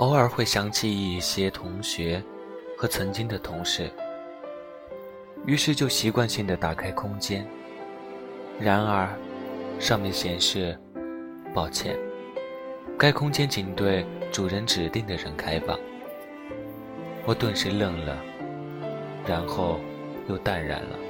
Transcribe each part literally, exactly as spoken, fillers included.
偶尔会想起一些同学和曾经的同事，于是就习惯性地打开空间，然而上面显示抱歉，该空间仅对主人指定的人开放。我顿时愣了，然后又淡然了。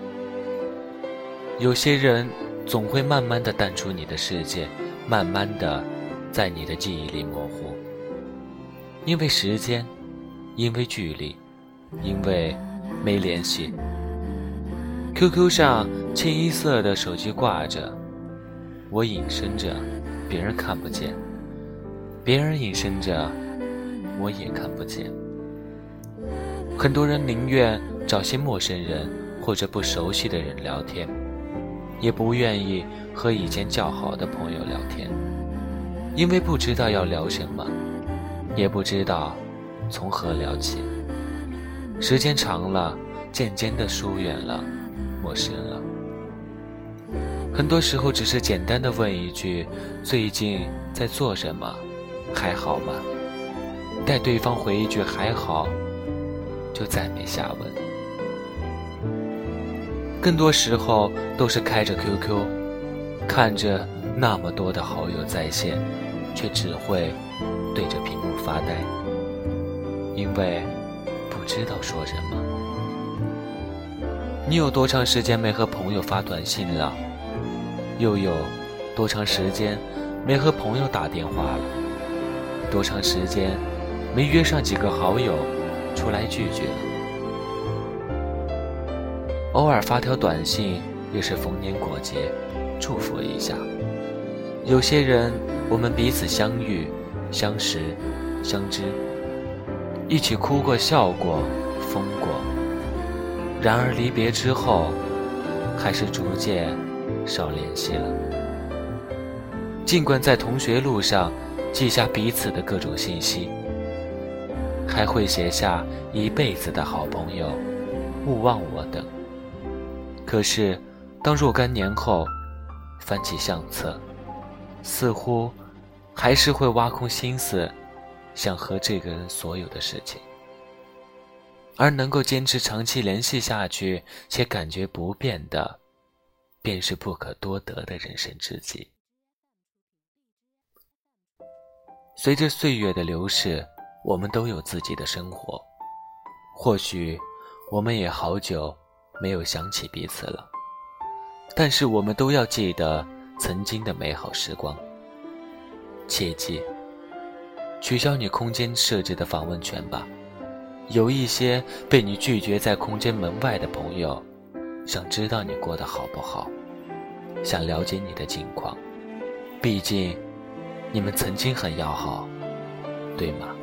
有些人总会慢慢地淡出你的世界，慢慢地在你的记忆里模糊，因为时间，因为距离，因为没联系。 Q Q 上清一色的手机挂着，我隐身着，别人看不见，别人隐身着，我也看不见。很多人宁愿找些陌生人或者不熟悉的人聊天，也不愿意和以前较好的朋友聊天，因为不知道要聊什么，也不知道从何聊起。时间长了，渐渐地疏远了，陌生了。很多时候只是简单的问一句最近在做什么，还好吗？待对方回一句还好，就再没下文。更多时候都是开着 Q Q， 看着那么多的好友在线，却只会对着屏幕发呆，因为不知道说什么。你有多长时间没和朋友发短信了？又有多长时间没和朋友打电话了？多长时间没约上几个好友出来聚聚了？偶尔发条短信也是逢年过节，祝福一下。有些人我们彼此相遇、相识、相知，一起哭过、笑过、疯过，然而离别之后还是逐渐少联系了。尽管在同学录上记下彼此的各种信息，还会写下一辈子的好朋友，勿忘我等，可是当若干年后翻起相册，似乎还是会挖空心思想和这个人所有的事情。而能够坚持长期联系下去且感觉不变的，便是不可多得的人生知己。随着岁月的流逝，我们都有自己的生活，或许我们也好久没有想起彼此了，但是我们都要记得曾经的美好时光。切记，取消你空间设置的访问权吧。有一些被你拒绝在空间门外的朋友，想知道你过得好不好，想了解你的近况，毕竟你们曾经很要好，对吗？